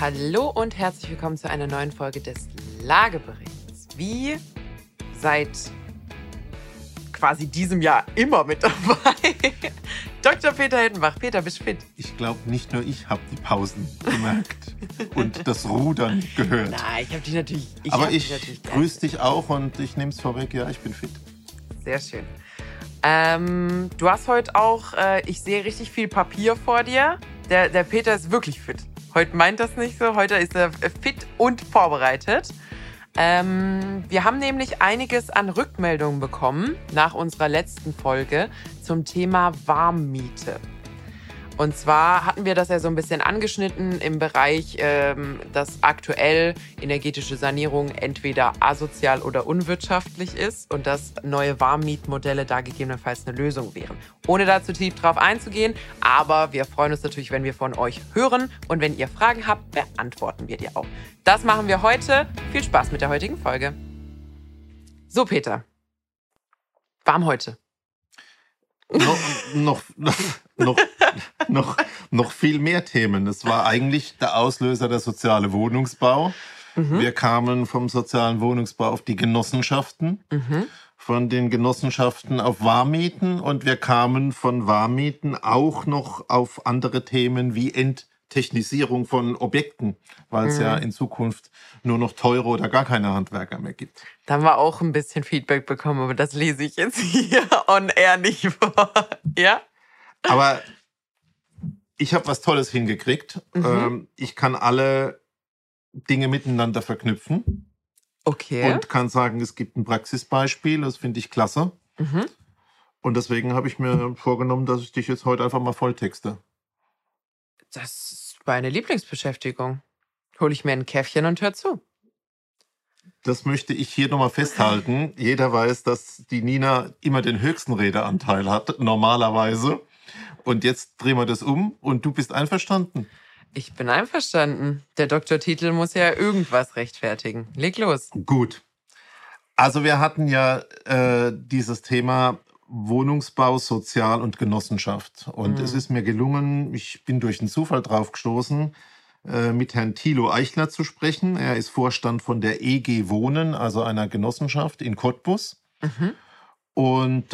Hallo und herzlich willkommen zu einer neuen Folge des Lageberichts. Wie seit quasi diesem Jahr immer mit dabei. Dr. Peter Hittenbach. Peter, bist du fit? Ich glaube, nicht nur ich habe die Pausen gemerkt und das Rudern gehört. Nein, ich habe dich natürlich. Ich grüße dich auch und ich nehme es vorweg, ja, ich bin fit. Sehr schön. Du hast heute auch, ich sehe richtig viel Papier vor dir. Der Peter ist wirklich fit. Heute meint das nicht so. Heute ist er fit und vorbereitet. Wir haben nämlich einiges an Rückmeldungen bekommen nach unserer letzten Folge zum Thema Warmmiete. Und zwar hatten wir das ja so ein bisschen angeschnitten im Bereich, dass aktuell energetische Sanierung entweder asozial oder unwirtschaftlich ist und dass neue Warmmietmodelle da gegebenenfalls eine Lösung wären. Ohne da zu tief drauf einzugehen, aber wir freuen uns natürlich, wenn wir von euch hören und wenn ihr Fragen habt, beantworten wir die auch. Das machen wir heute. Viel Spaß mit der heutigen Folge. So, Peter. Warm heute. Noch viel mehr Themen. Es war eigentlich der Auslöser der soziale Wohnungsbau. Wir kamen vom sozialen Wohnungsbau auf die Genossenschaften, von den Genossenschaften auf Warmmieten und wir kamen von Warmmieten auch noch auf andere Themen wie Enttechnisierung von Objekten, weil es ja in Zukunft nur noch teure oder gar keine Handwerker mehr gibt. Da haben wir auch ein bisschen Feedback bekommen, aber das lese ich jetzt hier on air nicht vor. Ja? Aber ich habe was Tolles hingekriegt. Ich kann alle Dinge miteinander verknüpfen. Okay. Und kann sagen, es gibt ein Praxisbeispiel, das finde ich klasse. Und deswegen habe ich mir vorgenommen, dass ich dich jetzt heute einfach mal volltexte. Das ist meine Lieblingsbeschäftigung. Hole ich mir ein Käffchen und hör zu. Das möchte ich hier nochmal festhalten. Jeder weiß, dass die Nina immer den höchsten Redeanteil hat, normalerweise. Und jetzt drehen wir das um und du bist einverstanden. Ich bin einverstanden. Der Doktortitel muss ja irgendwas rechtfertigen. Leg los. Gut. Also wir hatten ja dieses Thema Wohnungsbau, Sozial- und Genossenschaft. Und es ist mir gelungen, ich bin durch einen Zufall drauf gestoßen, mit Herrn Thilo Eichler zu sprechen. Er ist Vorstand von der EG Wohnen, also einer Genossenschaft in Cottbus. Und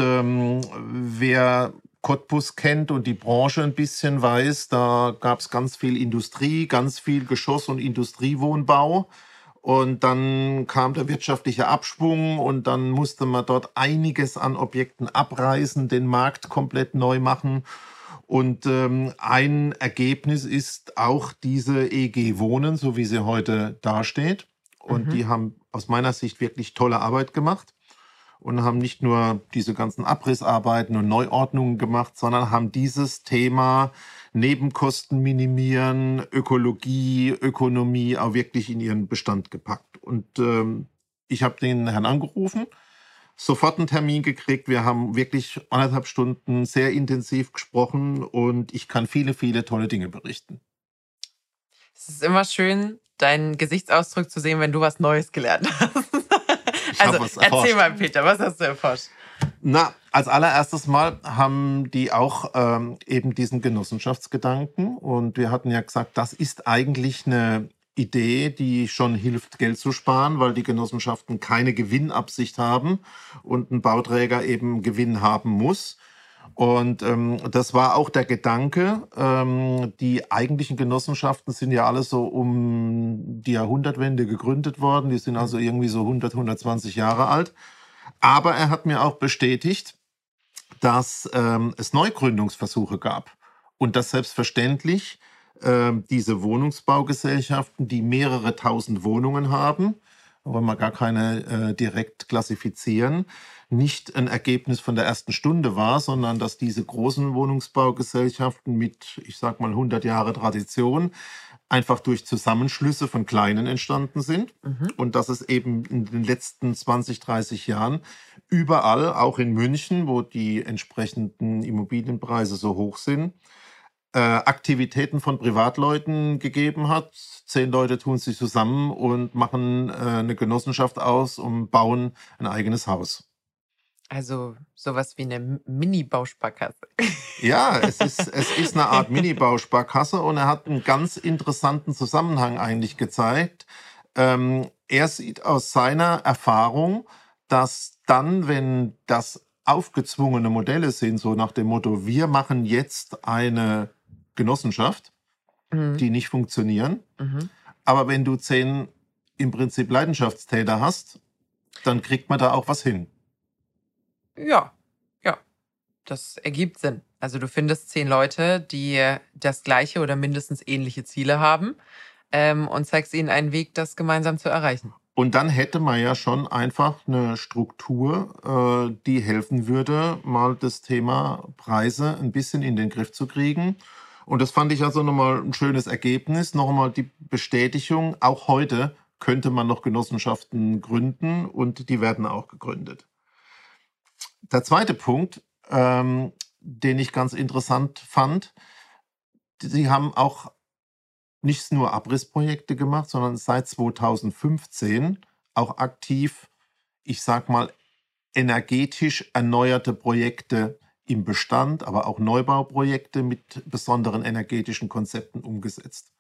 wer Cottbus kennt und die Branche ein bisschen weiß, da gab es ganz viel Industrie, ganz viel Geschoss- und Industriewohnbau. Und dann kam der wirtschaftliche Abschwung und dann musste man dort einiges an Objekten abreißen, den Markt komplett neu machen. Und ein Ergebnis ist auch diese EG Wohnen, so wie sie heute dasteht. Und die haben aus meiner Sicht wirklich tolle Arbeit gemacht. Und haben nicht nur diese ganzen Abrissarbeiten und Neuordnungen gemacht, sondern haben dieses Thema Nebenkosten minimieren, Ökologie, Ökonomie auch wirklich in ihren Bestand gepackt. Und ich habe den Herrn angerufen, sofort einen Termin gekriegt. Wir haben wirklich 1,5 Stunden sehr intensiv gesprochen und ich kann viele, viele tolle Dinge berichten. Es ist immer schön, deinen Gesichtsausdruck zu sehen, wenn du was Neues gelernt hast. Also, erzähl mal, Peter, was hast du erforscht? Na, als allererstes Mal haben die auch eben diesen Genossenschaftsgedanken. Und wir hatten ja gesagt, das ist eigentlich eine Idee, die schon hilft, Geld zu sparen, weil die Genossenschaften keine Gewinnabsicht haben und ein Bauträger eben Gewinn haben muss. Und das war auch der Gedanke. Die eigentlichen Genossenschaften sind ja alle so um die Jahrhundertwende gegründet worden. Die sind also irgendwie so 100, 120 Jahre alt. Aber er hat mir auch bestätigt, dass es Neugründungsversuche gab. Und dass selbstverständlich diese Wohnungsbaugesellschaften, die mehrere tausend Wohnungen haben, wollen wir gar keine direkt klassifizieren, nicht ein Ergebnis von der ersten Stunde war, sondern dass diese großen Wohnungsbaugesellschaften mit, ich sag mal, 100 Jahre Tradition einfach durch Zusammenschlüsse von Kleinen entstanden sind und dass es eben in den letzten 20, 30 Jahren überall, auch in München, wo die entsprechenden Immobilienpreise so hoch sind, Aktivitäten von Privatleuten gegeben hat. 10 Leute tun sich zusammen und machen eine Genossenschaft aus und bauen ein eigenes Haus. Also sowas wie eine Mini-Bausparkasse. Ja, es ist eine Art Mini-Bausparkasse und er hat einen ganz interessanten Zusammenhang eigentlich gezeigt. Er sieht aus seiner Erfahrung, dass dann, wenn das aufgezwungene Modelle sind, so nach dem Motto, wir machen jetzt eine Genossenschaft, Mhm. die nicht funktionieren, Mhm. aber wenn du 10 im Prinzip Leidenschaftstäter hast, dann kriegt man da auch was hin. Ja, ja, das ergibt Sinn. Also du findest 10 Leute, die das gleiche oder mindestens ähnliche Ziele haben, und zeigst ihnen einen Weg, das gemeinsam zu erreichen. Und dann hätte man ja schon einfach eine Struktur, die helfen würde, mal das Thema Preise ein bisschen in den Griff zu kriegen. Und das fand ich also nochmal ein schönes Ergebnis, nochmal die Bestätigung, auch heute könnte man noch Genossenschaften gründen und die werden auch gegründet. Der zweite Punkt, den ich ganz interessant fand, sie haben auch nicht nur Abrissprojekte gemacht, sondern seit 2015 auch aktiv, ich sag mal, energetisch erneuerte Projekte im Bestand, aber auch Neubauprojekte mit besonderen energetischen Konzepten umgesetzt.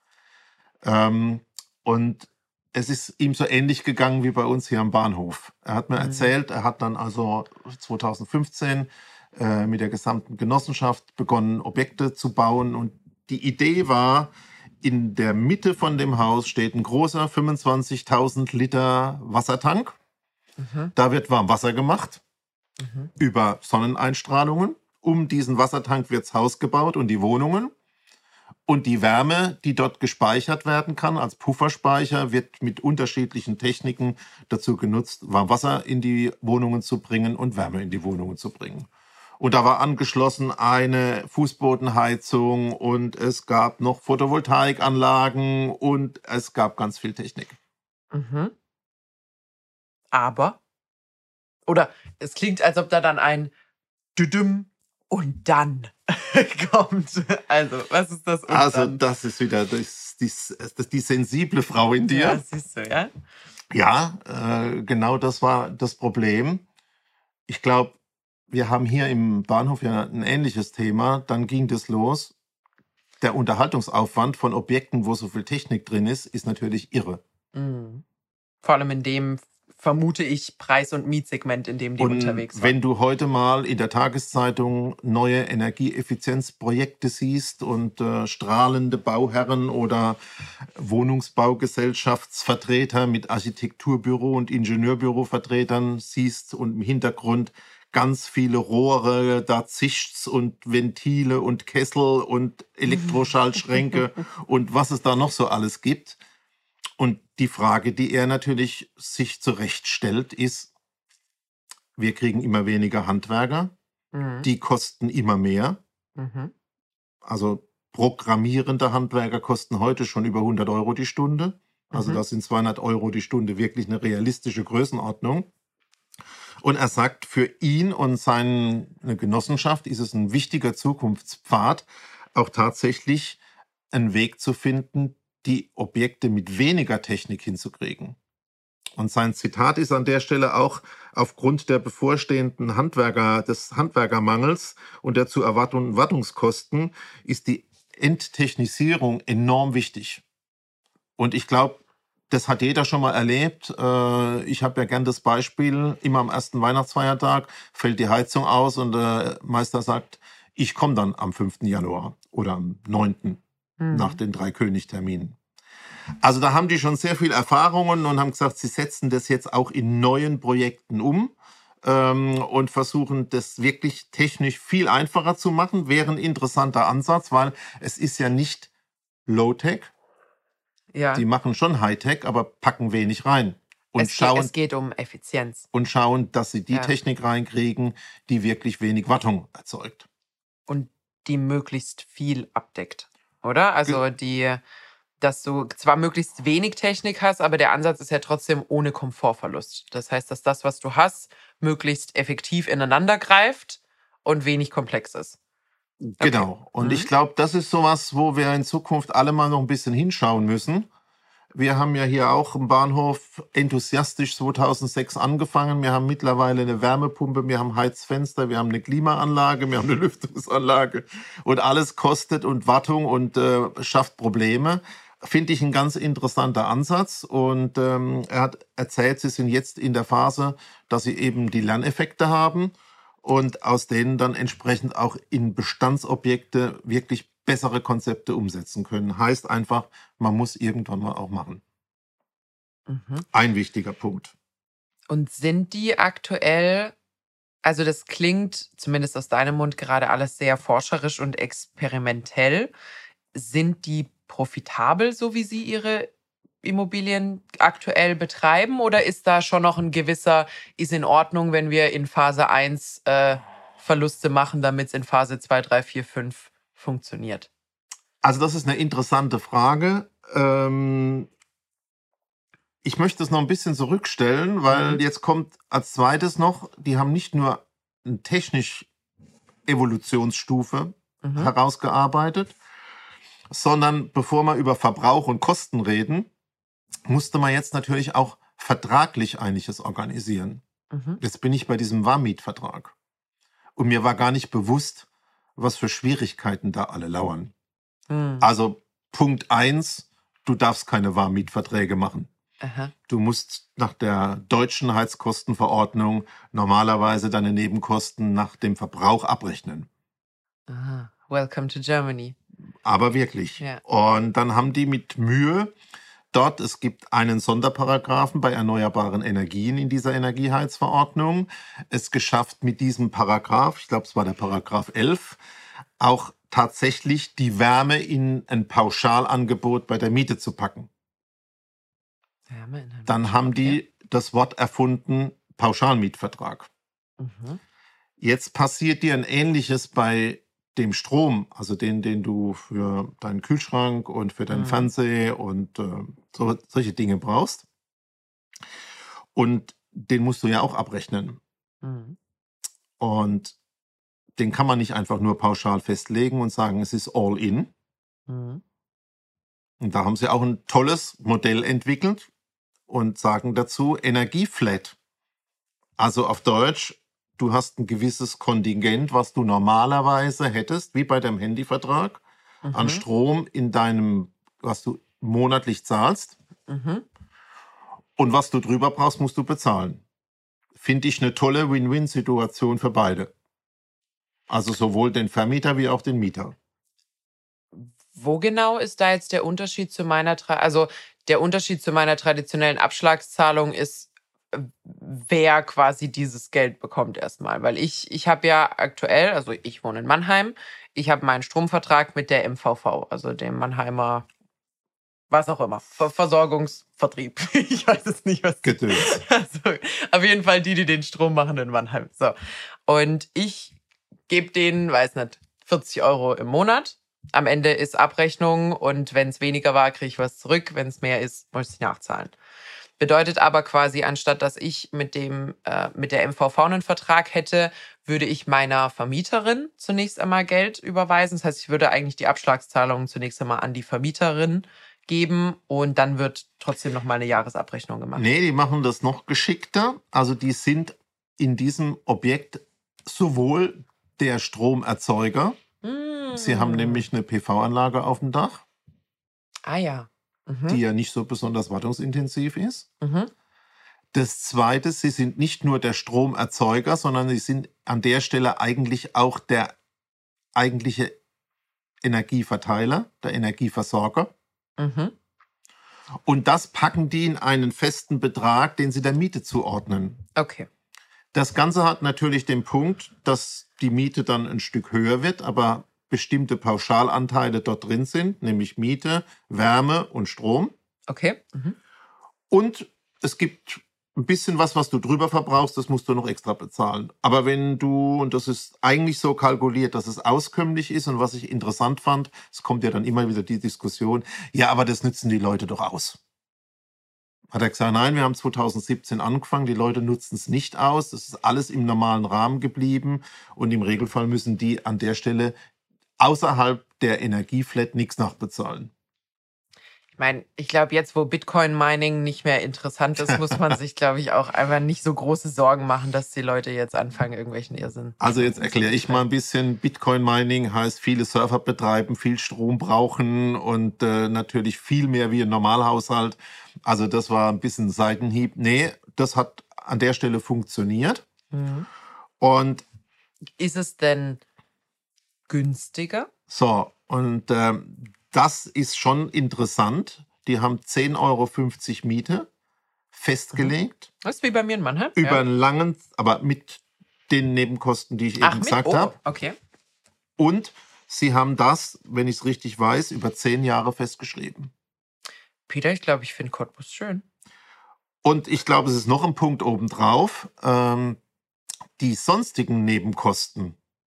Und es ist ihm so ähnlich gegangen wie bei uns hier am Bahnhof. Er hat mir erzählt, er hat dann also 2015 mit der gesamten Genossenschaft begonnen, Objekte zu bauen. Und die Idee war, in der Mitte von dem Haus steht ein großer 25.000 Liter Wassertank. Mhm. Da wird Warmwasser gemacht Mhm. über Sonneneinstrahlungen. Um diesen Wassertank wird das Haus gebaut und die Wohnungen. Und die Wärme, die dort gespeichert werden kann, als Pufferspeicher, wird mit unterschiedlichen Techniken dazu genutzt, Warmwasser in die Wohnungen zu bringen und Wärme in die Wohnungen zu bringen. Und da war angeschlossen eine Fußbodenheizung und es gab noch Photovoltaikanlagen und es gab ganz viel Technik. Mhm. Aber, oder es klingt, als ob da dann ein Düdüm und dann kommt. Also, was ist das und Also dann? das ist wieder die sensible Frau in Ja, dir. siehst du, ja? Ja, genau das war das Problem. Ich glaube, wir haben hier im Bahnhof ja ein ähnliches Thema. Dann ging das los. Der Unterhaltungsaufwand von Objekten, wo so viel Technik drin ist natürlich irre. Mhm. Vor allem in dem, vermute ich, Preis- und Mietsegment, in dem die Und unterwegs waren. wenn du heute mal in der Tageszeitung neue Energieeffizienzprojekte siehst und strahlende Bauherren oder Wohnungsbaugesellschaftsvertreter mit Architekturbüro und Ingenieurbürovertretern siehst und im Hintergrund ganz viele Rohre, da zischt's und Ventile und Kessel und Elektroschaltschränke und was es da noch so alles gibt. Und die Frage, die er natürlich sich zurechtstellt, ist, wir kriegen immer weniger Handwerker, Mhm. die kosten immer mehr. Mhm. Also programmierende Handwerker kosten heute schon über 100 Euro die Stunde. Also Mhm. da sind 200 Euro die Stunde wirklich eine realistische Größenordnung. Und er sagt, für ihn und seine Genossenschaft ist es ein wichtiger Zukunftspfad, auch tatsächlich einen Weg zu finden, die Objekte mit weniger Technik hinzukriegen. Und sein Zitat ist an der Stelle auch: Aufgrund der bevorstehenden des Handwerkermangels und der zu erwartenden Wartungskosten ist die Enttechnisierung enorm wichtig. Und ich glaube, das hat jeder schon mal erlebt. Ich habe ja gern das Beispiel, immer am ersten Weihnachtsfeiertag fällt die Heizung aus und der Meister sagt, ich komme dann am 5. Januar oder am 9. nach Mhm. den 3 Königterminen. Also da haben die schon sehr viel Erfahrungen und haben gesagt, sie setzen das jetzt auch in neuen Projekten um und versuchen das wirklich technisch viel einfacher zu machen. Wäre ein interessanter Ansatz, weil es ist ja nicht Low-Tech. Ja. Die machen schon High-Tech, aber packen wenig rein. Und Es geht um Effizienz schauen, dass sie die Ja. Technik reinkriegen, die wirklich wenig Wartung erzeugt. und die möglichst viel abdeckt, oder? Also dass du zwar möglichst wenig Technik hast, aber der Ansatz ist ja trotzdem ohne Komfortverlust. Das heißt, dass das, was du hast, möglichst effektiv ineinander greift und wenig komplex ist. Genau. Und ich glaube, das ist sowas, wo wir in Zukunft alle mal noch ein bisschen hinschauen müssen. Wir haben ja hier auch im Bahnhof enthusiastisch 2006 angefangen. Wir haben mittlerweile eine Wärmepumpe, wir haben Heizfenster, wir haben eine Klimaanlage, wir haben eine Lüftungsanlage und alles kostet und Wartung und schafft Probleme. Finde ich ein ganz interessanter Ansatz und er hat erzählt, sie sind jetzt in der Phase, dass sie eben die Lerneffekte haben und aus denen dann entsprechend auch in Bestandsobjekte wirklich bessere Konzepte umsetzen können. Heißt einfach, man muss irgendwann mal auch machen. Mhm. Ein wichtiger Punkt. Und sind die aktuell, also das klingt zumindest aus deinem Mund gerade alles sehr forscherisch und experimentell, sind die profitabel, so wie Sie Ihre Immobilien aktuell betreiben? Oder ist da schon noch ein gewisser, ist in Ordnung, wenn wir in Phase 1 Verluste machen, damit es in Phase 2, 3, 4, 5 funktioniert? Also das ist eine interessante Frage. Ich möchte es noch ein bisschen zurückstellen, weil jetzt kommt als zweites noch, die haben nicht nur eine technisch Evolutionsstufe herausgearbeitet, sondern bevor wir über Verbrauch und Kosten reden, musste man jetzt natürlich auch vertraglich einiges organisieren. Jetzt bin ich bei diesem Warmmietvertrag. Und mir war gar nicht bewusst, was für Schwierigkeiten da alle lauern. Also Punkt 1, du darfst keine Warmmietverträge machen. Aha. Du musst nach der deutschen Heizkostenverordnung normalerweise deine Nebenkosten nach dem Verbrauch abrechnen. Aha. Welcome to Germany. Aber wirklich. Ja. Und dann haben die mit Mühe dort, es gibt einen Sonderparagraphen bei erneuerbaren Energien in dieser Energieheizverordnung, es geschafft mit diesem Paragraph, ich glaube es war der Paragraph 11, auch tatsächlich die Wärme in ein Pauschalangebot bei der Miete zu packen. Wärme in einem Dann haben die das Wort erfunden, Pauschalmietvertrag. Jetzt passiert dir ein Ähnliches bei dem Strom, also den du für deinen Kühlschrank und für deinen Fernseher und solche Dinge brauchst. Und den musst du ja auch abrechnen. Und den kann man nicht einfach nur pauschal festlegen und sagen, es ist all in. Und da haben sie auch ein tolles Modell entwickelt und sagen dazu Energieflat. Also auf Deutsch, du hast ein gewisses Kontingent, was du normalerweise hättest, wie bei deinem Handyvertrag, an Strom in deinem, was du monatlich zahlst. Und was du drüber brauchst, musst du bezahlen. Finde ich eine tolle Win-Win-Situation für beide. Also sowohl den Vermieter wie auch den Mieter. Wo genau ist da jetzt der Unterschied zu meiner, der Unterschied zu meiner traditionellen Abschlagszahlung ist, wer quasi dieses Geld bekommt erstmal. Weil ich habe ja aktuell, also ich wohne in Mannheim, ich habe meinen Stromvertrag mit der MVV, also dem Mannheimer, was auch immer, Versorgungsvertrieb. Ich weiß es nicht, was. Gedöns. Also auf jeden Fall die den Strom machen in Mannheim. So. Und ich gebe denen, weiß nicht, 40 € im Monat. Am Ende ist Abrechnung und wenn es weniger war, kriege ich was zurück. Wenn es mehr ist, muss ich nachzahlen. Bedeutet aber quasi, anstatt dass ich mit der MVV einen Vertrag hätte, würde ich meiner Vermieterin zunächst einmal Geld überweisen. Das heißt, ich würde eigentlich die Abschlagszahlungen zunächst einmal an die Vermieterin geben und dann wird trotzdem nochmal eine Jahresabrechnung gemacht. Nee, die machen das noch geschickter. Also die sind in diesem Objekt sowohl der Stromerzeuger, sie haben nämlich eine PV-Anlage auf dem Dach, Ah ja. die ja nicht so besonders wartungsintensiv ist. Das Zweite, sie sind nicht nur der Stromerzeuger, sondern sie sind an der Stelle eigentlich auch der eigentliche Energieverteiler, der Energieversorger. Und das packen die in einen festen Betrag, den sie der Miete zuordnen. Okay. Das Ganze hat natürlich den Punkt, dass die Miete dann ein Stück höher wird, aber bestimmte Pauschalanteile dort drin sind, nämlich Miete, Wärme und Strom. Okay. Und es gibt ein bisschen was du drüber verbrauchst, das musst du noch extra bezahlen. Aber wenn du, und das ist eigentlich so kalkuliert, dass es auskömmlich ist und was ich interessant fand, es kommt ja dann immer wieder die Diskussion, ja, aber das nützen die Leute doch aus. Hat er gesagt, nein, wir haben 2017 angefangen, die Leute nutzen es nicht aus, das ist alles im normalen Rahmen geblieben und im Regelfall müssen die an der Stelle außerhalb der Energieflat nichts nachbezahlen. meine, ich glaube, jetzt, wo Bitcoin-Mining nicht mehr interessant ist, muss man sich, glaube ich, auch einfach nicht so große Sorgen machen, dass die Leute jetzt anfangen, irgendwelchen Irrsinn. Also jetzt erkläre ich mal ein bisschen. Bitcoin-Mining heißt viele Server betreiben, viel Strom brauchen und natürlich viel mehr wie ein Normalhaushalt. Also das war ein bisschen ein Seitenhieb. Nee, das hat an der Stelle funktioniert. Mhm. Und ist es denn günstiger? So, und das ist schon interessant. Die haben 10,50 € Miete festgelegt. Das ist wie bei mir in Mannheim. Über einen langen, aber mit den Nebenkosten, die ich eben gesagt habe. Okay. Und sie haben das, wenn ich es richtig weiß, über 10 Jahre festgeschrieben. Peter, ich glaube, ich finde Cottbus schön. Und ich glaube, es ist noch ein Punkt obendrauf. Die sonstigen Nebenkosten,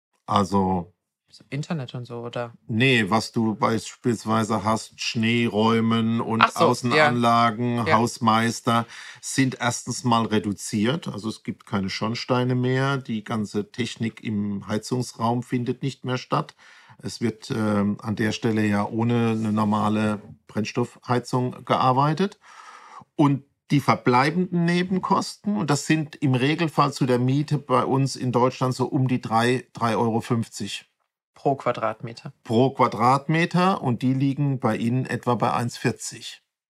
also Internet und so, oder? nee, was du beispielsweise hast, Schneeräumen und Ach so, Außenanlagen, Ja. Hausmeister, sind erstens mal reduziert. Also es gibt keine Schornsteine mehr. Die ganze Technik im Heizungsraum findet nicht mehr statt. Es wird an der Stelle ja ohne eine normale Brennstoffheizung gearbeitet. Und die verbleibenden Nebenkosten, und das sind im Regelfall zu der Miete bei uns in Deutschland so um die 3,50 € Pro Quadratmeter. pro Quadratmeter, und die liegen bei Ihnen etwa bei 1,40.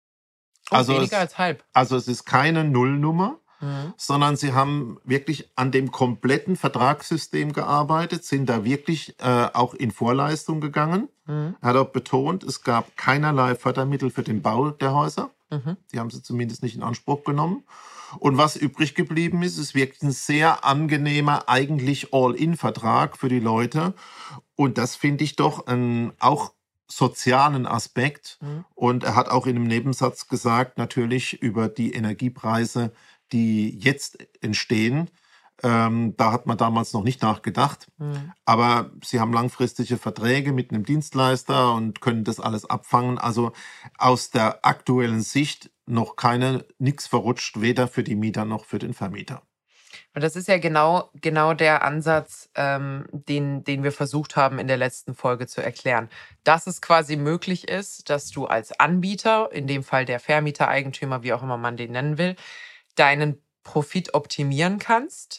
Weniger als halb. Also es ist keine Nullnummer, sondern Sie haben wirklich an dem kompletten Vertragssystem gearbeitet, sind da wirklich auch in Vorleistung gegangen. Er hat auch betont, es gab keinerlei Fördermittel für den Bau der Häuser. Die haben sie zumindest nicht in Anspruch genommen. Und was übrig geblieben ist, ist wirklich ein sehr angenehmer, eigentlich All-in-Vertrag für die Leute. Und das finde ich doch auch sozialen Aspekt. Und er hat auch in einem Nebensatz gesagt, natürlich über die Energiepreise, die jetzt entstehen. Da hat man damals noch nicht nachgedacht. Aber sie haben langfristige Verträge mit einem Dienstleister und können das alles abfangen. Also aus der aktuellen Sicht noch nichts verrutscht, weder für die Mieter noch für den Vermieter. Und das ist ja genau der Ansatz, den wir versucht haben, in der letzten Folge zu erklären. Dass es quasi möglich ist, dass du als Anbieter, in dem Fall der Vermieter, Eigentümer, wie auch immer man den nennen will, deinen Profit optimieren kannst,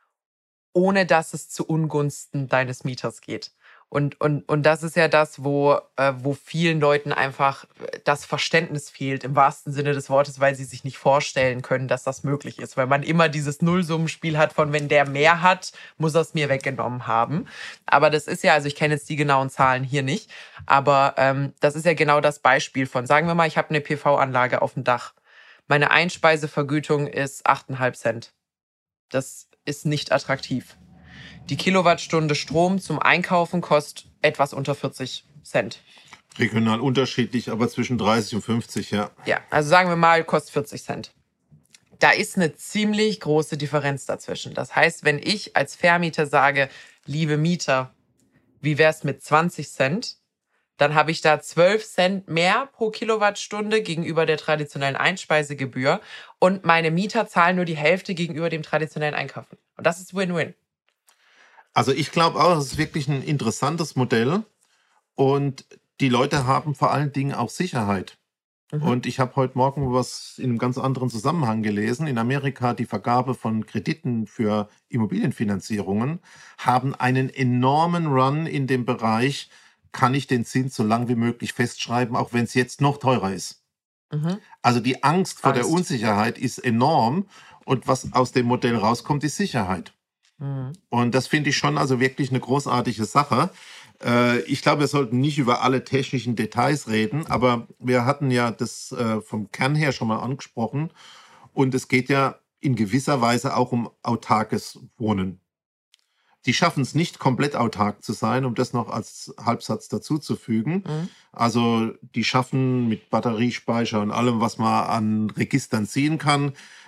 ohne dass es zu Ungunsten deines Mieters geht. Und das ist ja das, wo vielen Leuten einfach das Verständnis fehlt, im wahrsten Sinne des Wortes, weil sie sich nicht vorstellen können, dass das möglich ist. Weil man immer dieses Nullsummenspiel hat von, wenn der mehr hat, muss er es mir weggenommen haben. Aber das ist ja, also ich kenne jetzt die genauen Zahlen hier nicht, aber das ist ja genau das Beispiel von, sagen wir mal, ich habe eine PV-Anlage auf dem Dach. Meine Einspeisevergütung ist 8,5 Cent. Das ist nicht attraktiv. Die Kilowattstunde Strom zum Einkaufen kostet etwas unter 40 Cent. Regional unterschiedlich, aber zwischen 30 und 50, ja. Ja, also sagen wir mal, kostet 40 Cent. Da ist eine ziemlich große Differenz dazwischen. Das heißt, wenn ich als Vermieter sage, liebe Mieter, wie wär's mit 20 Cent, dann habe ich da 12 Cent mehr pro Kilowattstunde gegenüber der traditionellen Einspeisegebühr und meine Mieter zahlen nur die Hälfte gegenüber dem traditionellen Einkaufen. Und das ist Win-Win. Also ich glaube auch, es ist wirklich ein interessantes Modell, und die Leute haben vor allen Dingen auch Sicherheit. Und ich habe heute Morgen was in einem ganz anderen Zusammenhang gelesen. In Amerika die Vergabe von Krediten für Immobilienfinanzierungen haben einen enormen Run in dem Bereich, kann ich den Zins so lang wie möglich festschreiben, auch wenn es jetzt noch teurer ist. Also die Angst vor der Unsicherheit ist enorm, und was aus dem Modell rauskommt, ist Sicherheit. Und das finde ich schon also wirklich eine großartige Sache. Ich glaube, wir sollten nicht über alle technischen Details reden, aber wir hatten ja das vom Kern her schon mal angesprochen. Und es geht ja in gewisser Weise auch um autarkes Wohnen. Die schaffen es nicht, komplett autark zu sein, um das noch als Halbsatz dazuzufügen. Also die schaffen mit Batteriespeicher und allem, was man an Registern ziehen kann,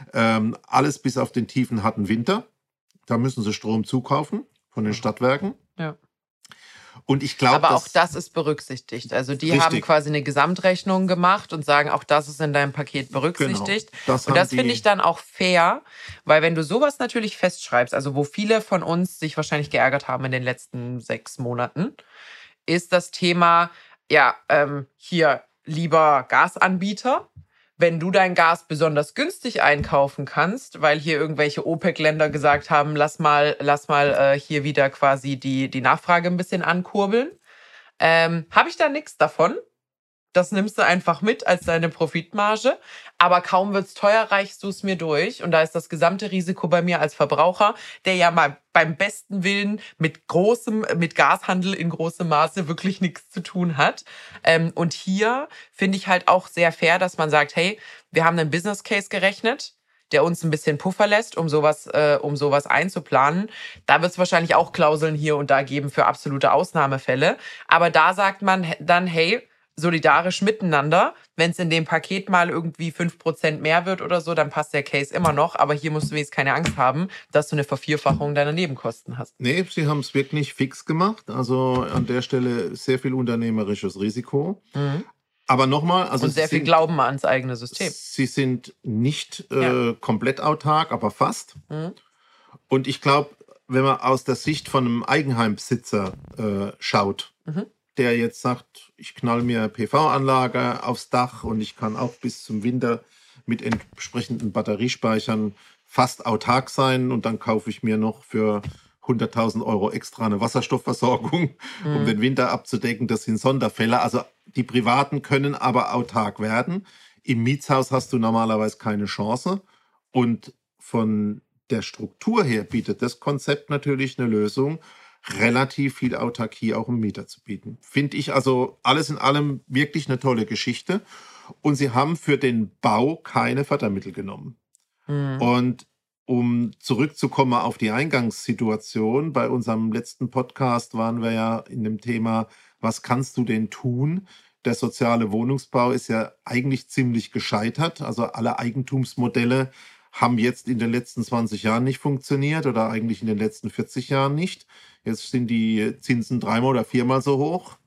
alles bis auf den tiefen, harten Winter. Da müssen sie Strom zukaufen von den Stadtwerken. Ja. Und ich glaube, aber auch das ist berücksichtigt. Also die haben quasi eine Gesamtrechnung gemacht und sagen, auch das ist in deinem Paket berücksichtigt. Genau. Und das finde ich dann auch fair, weil wenn du sowas natürlich festschreibst, also wo viele von uns sich wahrscheinlich geärgert haben in den letzten 6 Monaten, ist das Thema, ja, hier, lieber Gasanbieter, wenn du dein Gas besonders günstig einkaufen kannst, weil hier irgendwelche OPEC-Länder gesagt haben, lass mal hier wieder quasi die Nachfrage ein bisschen ankurbeln, habe ich da nichts davon. Das nimmst du einfach mit als deine Profitmarge. Aber kaum wird's teuer, reichst du es mir durch. Und da ist das gesamte Risiko bei mir als Verbraucher, der ja mal beim besten Willen mit Gashandel in großem Maße wirklich nichts zu tun hat. Und hier finde ich halt auch sehr fair, dass man sagt, hey, wir haben einen Business Case gerechnet, der uns ein bisschen Puffer lässt, um sowas einzuplanen. Da wird es wahrscheinlich auch Klauseln hier und da geben für absolute Ausnahmefälle. Aber da sagt man dann, hey, solidarisch miteinander. Wenn es in dem Paket mal irgendwie 5% mehr wird oder so, dann passt der Case immer noch. Aber hier musst du wenigstens keine Angst haben, dass du eine Vervierfachung deiner Nebenkosten hast. Nee, sie haben es wirklich fix gemacht. Also an der Stelle sehr viel unternehmerisches Risiko. Aber nochmal, also und sehr viel Glauben ans eigene System. Sie sind nicht komplett autark, aber fast. Und ich glaube, wenn man aus der Sicht von einem Eigenheimbesitzer schaut, der jetzt sagt, ich knall mir PV-Anlage aufs Dach und ich kann auch bis zum Winter mit entsprechenden Batteriespeichern fast autark sein und dann kaufe ich mir noch für 100.000 Euro extra eine Wasserstoffversorgung, um den Winter abzudecken. Das sind Sonderfälle. Also die Privaten können aber autark werden. Im Mietshaus hast du normalerweise keine Chance. Und von der Struktur her bietet das Konzept natürlich eine Lösung, relativ viel Autarkie auch im Mieter zu bieten. Finde ich also alles in allem wirklich eine tolle Geschichte. Und sie haben für den Bau keine Fördermittel genommen. Und um zurückzukommen auf die Eingangssituation, bei unserem letzten Podcast waren wir ja in dem Thema, was kannst du denn tun? Der soziale Wohnungsbau ist ja eigentlich ziemlich gescheitert. Also alle Eigentumsmodelle haben jetzt in den letzten 20 Jahren nicht funktioniert oder eigentlich in den letzten 40 Jahren nicht. Jetzt sind die Zinsen 3-mal oder 4-mal so hoch.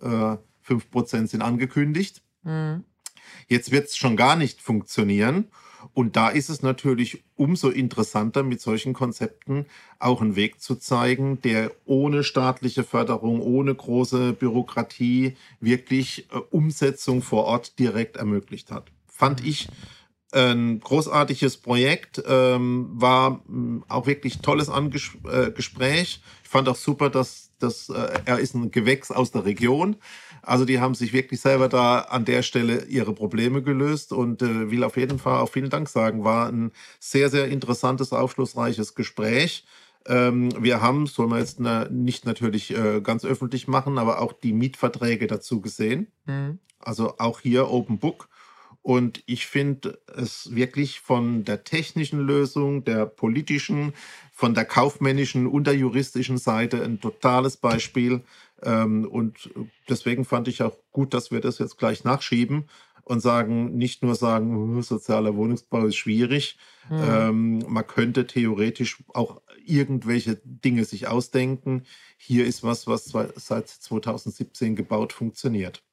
5% sind angekündigt. Jetzt wird es schon gar nicht funktionieren. Und da ist es natürlich umso interessanter, mit solchen Konzepten auch einen Weg zu zeigen, der ohne staatliche Förderung, ohne große Bürokratie wirklich Umsetzung vor Ort direkt ermöglicht hat. Fand ich ein großartiges Projekt, war auch wirklich tolles Gespräch. Ich fand auch super, dass er ist ein Gewächs aus der Region. Also die haben sich wirklich selber da an der Stelle ihre Probleme gelöst und will auf jeden Fall auch vielen Dank sagen. War ein sehr, sehr interessantes, aufschlussreiches Gespräch. Wir haben, soll man jetzt nicht natürlich ganz öffentlich machen, aber auch die Mietverträge dazu gesehen. Also auch hier Open Book. Und ich finde es wirklich von der technischen Lösung, der politischen, von der kaufmännischen und der juristischen Seite ein totales Beispiel. Und deswegen fand ich auch gut, dass wir das jetzt gleich nachschieben und nicht nur sagen, sozialer Wohnungsbau ist schwierig. Man könnte theoretisch auch irgendwelche Dinge sich ausdenken. Hier ist was seit 2017 gebaut funktioniert.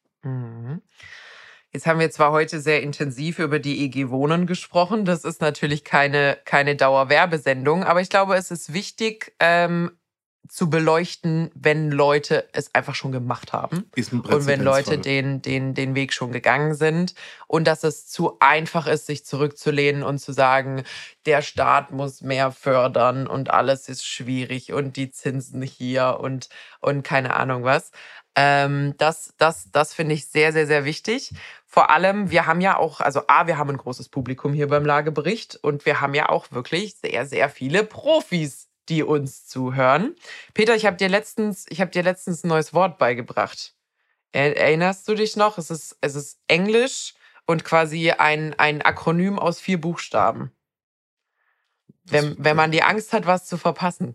Jetzt haben wir zwar heute sehr intensiv über die EG Wohnen gesprochen. Das ist natürlich keine Dauerwerbesendung, aber ich glaube, es ist wichtig zu beleuchten, wenn Leute es einfach schon gemacht haben. Ist ein und wenn Leute den Weg schon gegangen sind und dass es zu einfach ist, sich zurückzulehnen und zu sagen, der Staat muss mehr fördern und alles ist schwierig und die Zinsen hier und keine Ahnung was. Das finde ich sehr, sehr, sehr wichtig. Vor allem, wir haben ja auch, wir haben ein großes Publikum hier beim Lagebericht und wir haben ja auch wirklich sehr, sehr viele Profis, die uns zuhören. Peter, ich habe dir letztens ein neues Wort beigebracht. Erinnerst du dich noch? Es ist Englisch und quasi ein Akronym aus 4 Buchstaben. Wenn man die Angst hat, was zu verpassen.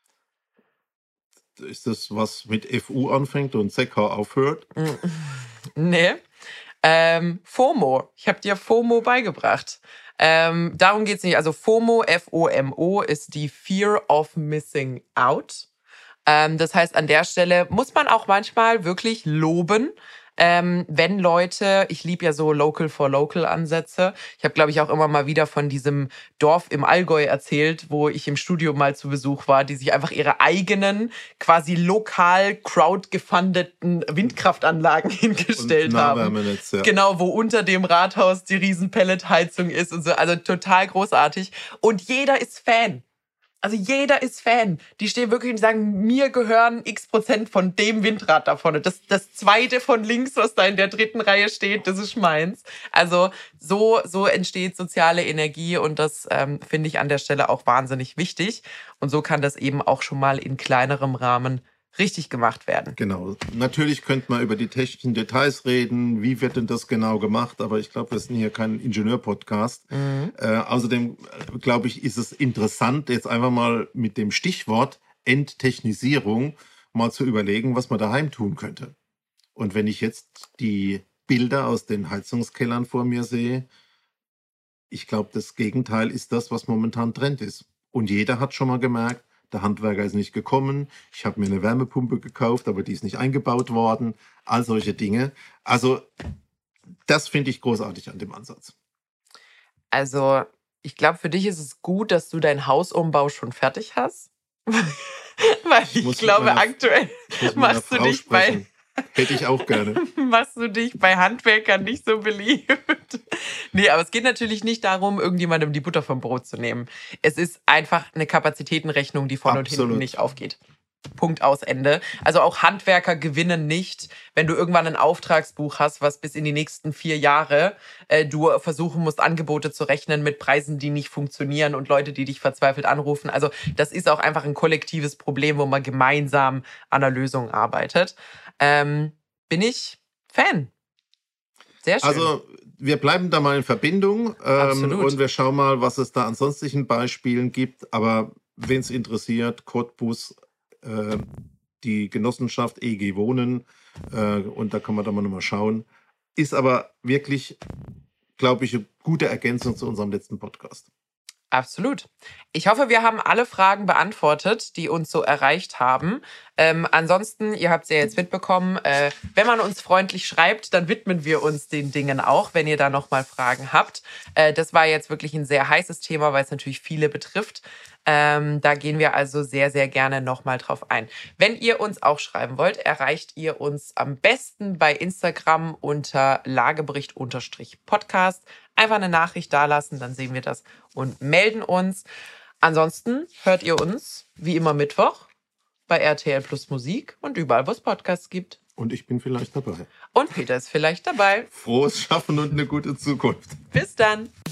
Ist das, was mit FU anfängt und ZK aufhört? Nee. FOMO. Ich habe dir FOMO beigebracht. Darum geht es nicht. Also FOMO, FOMO, ist die Fear of Missing Out. Das heißt, an der Stelle muss man auch manchmal wirklich loben, wenn Leute, ich liebe ja so Local for Local Ansätze. Ich habe, glaube ich, auch immer mal wieder von diesem Dorf im Allgäu erzählt, wo ich im Studio mal zu Besuch war, die sich einfach ihre eigenen, quasi lokal crowdgefundeten Windkraftanlagen hingestellt haben. Ja. Genau, wo unter dem Rathaus die riesen Pelletheizung ist und so. Also total großartig. Und jeder ist Fan. Also jeder ist Fan. Die stehen wirklich und sagen, mir gehören x% von dem Windrad da vorne. Das zweite von links, was da in der 3. Reihe steht, das ist meins. Also so entsteht soziale Energie und das finde ich an der Stelle auch wahnsinnig wichtig. Und so kann das eben auch schon mal in kleinerem Rahmen richtig gemacht werden. Genau. Natürlich könnte man über die technischen Details reden. Wie wird denn das genau gemacht? Aber ich glaube, wir sind hier kein Ingenieur-Podcast. Außerdem, glaube ich, ist es interessant, jetzt einfach mal mit dem Stichwort Enttechnisierung mal zu überlegen, was man daheim tun könnte. Und wenn ich jetzt die Bilder aus den Heizungskellern vor mir sehe, ich glaube, das Gegenteil ist das, was momentan Trend ist. Und jeder hat schon mal gemerkt, der Handwerker ist nicht gekommen. Ich habe mir eine Wärmepumpe gekauft, aber die ist nicht eingebaut worden. All solche Dinge. Also das finde ich großartig an dem Ansatz. Also ich glaube, für dich ist es gut, dass du deinen Hausumbau schon fertig hast. Weil ich glaube, aktuell machst du dich bei... Hätte ich auch gerne. Machst du dich bei Handwerkern nicht so beliebt? Nee, aber es geht natürlich nicht darum, irgendjemandem die Butter vom Brot zu nehmen. Es ist einfach eine Kapazitätenrechnung, die vorne und hinten nicht aufgeht. Punkt, aus, Ende. Also auch Handwerker gewinnen nicht, wenn du irgendwann ein Auftragsbuch hast, was bis in die nächsten 4 Jahre du versuchen musst, Angebote zu rechnen mit Preisen, die nicht funktionieren und Leute, die dich verzweifelt anrufen. Also das ist auch einfach ein kollektives Problem, wo man gemeinsam an einer Lösung arbeitet. Bin ich Fan. Sehr schön. Also wir bleiben da mal in Verbindung und wir schauen mal, was es da an sonstigen Beispielen gibt. Aber wen es interessiert, Cottbus, die Genossenschaft EG Wohnen und da kann man da mal nochmal schauen. Ist aber wirklich, glaube ich, eine gute Ergänzung zu unserem letzten Podcast. Absolut. Ich hoffe, wir haben alle Fragen beantwortet, die uns so erreicht haben. Ansonsten, ihr habt es ja jetzt mitbekommen, wenn man uns freundlich schreibt, dann widmen wir uns den Dingen auch, wenn ihr da nochmal Fragen habt. Das war jetzt wirklich ein sehr heißes Thema, weil es natürlich viele betrifft. Da gehen wir also sehr, sehr gerne nochmal drauf ein. Wenn ihr uns auch schreiben wollt, erreicht ihr uns am besten bei Instagram unter Lagebericht_Podcast. Einfach eine Nachricht dalassen, dann sehen wir das und melden uns. Ansonsten hört ihr uns wie immer Mittwoch bei RTL Plus Musik und überall, wo es Podcasts gibt. Und ich bin vielleicht dabei. Und Peter ist vielleicht dabei. Frohes Schaffen und eine gute Zukunft. Bis dann.